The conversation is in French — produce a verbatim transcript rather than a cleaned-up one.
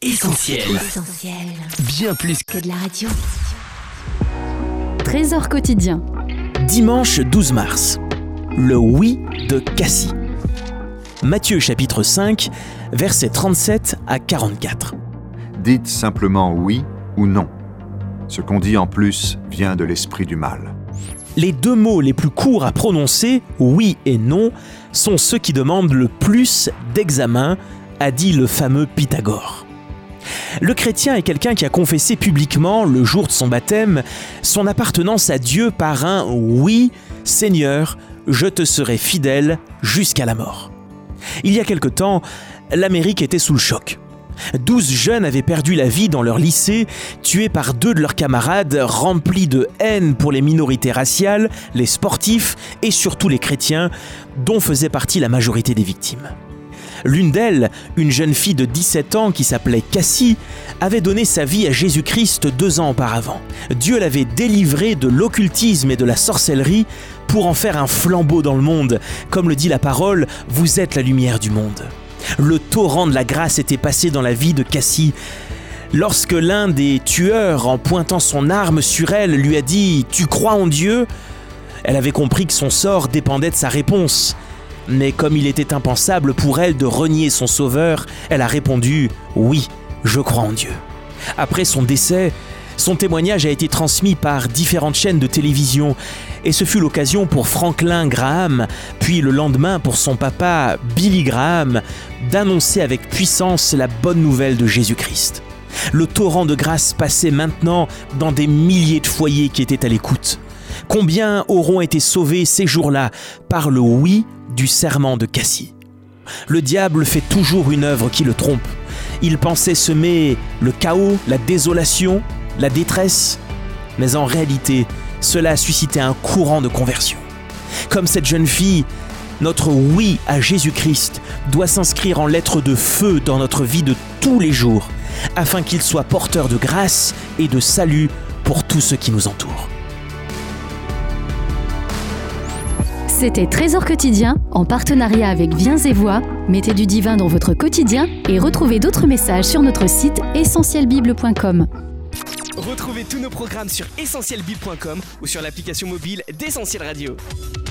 Essentiel. Essentiel. Bien plus Que de la radio. Trésor quotidien. Dimanche douze mars. Le oui de Cassie. Matthieu chapitre cinq, versets trente-sept à quarante-quatre. Dites simplement oui ou non. Ce qu'on dit en plus vient de l'esprit du mal. Les deux mots les plus courts à prononcer, oui et non, sont ceux qui demandent le plus d'examen, a dit le fameux Pythagore. Le chrétien est quelqu'un qui a confessé publiquement, le jour de son baptême, son appartenance à Dieu par un « Oui, Seigneur, je te serai fidèle jusqu'à la mort ». Il y a quelque temps, l'Amérique était sous le choc. Douze jeunes avaient perdu la vie dans leur lycée, tués par deux de leurs camarades, remplis de haine pour les minorités raciales, les sportifs et surtout les chrétiens, dont faisait partie la majorité des victimes. L'une d'elles, une jeune fille de dix-sept ans qui s'appelait Cassie, avait donné sa vie à Jésus-Christ deux ans auparavant. Dieu l'avait délivrée de l'occultisme et de la sorcellerie pour en faire un flambeau dans le monde. Comme le dit la parole, vous êtes la lumière du monde. Le torrent de la grâce était passé dans la vie de Cassie. Lorsque l'un des tueurs, en pointant son arme sur elle, lui a dit « Tu crois en Dieu ?» Elle avait compris que son sort dépendait de sa réponse. Mais comme il était impensable pour elle de renier son sauveur, elle a répondu « Oui, je crois en Dieu ». Après son décès, son témoignage a été transmis par différentes chaînes de télévision et ce fut l'occasion pour Franklin Graham, puis le lendemain pour son papa Billy Graham, d'annoncer avec puissance la bonne nouvelle de Jésus-Christ. Le torrent de grâce passait maintenant dans des milliers de foyers qui étaient à l'écoute. Combien auront été sauvés ces jours-là par le oui du serment de Cassie? Le diable fait toujours une œuvre qui le trompe. Il pensait semer le chaos, la désolation, la détresse, mais en réalité, cela a suscité un courant de conversion. Comme cette jeune fille, notre oui à Jésus-Christ doit s'inscrire en lettres de feu dans notre vie de tous les jours, afin qu'il soit porteur de grâce et de salut pour tous ceux qui nous entourent. C'était Trésor quotidien, en partenariat avec Viens et Voix. Mettez du divin dans votre quotidien et retrouvez d'autres messages sur notre site essentiel bible point com. Retrouvez tous nos programmes sur essentiel bible point com ou sur l'application mobile d'Essentiel Radio.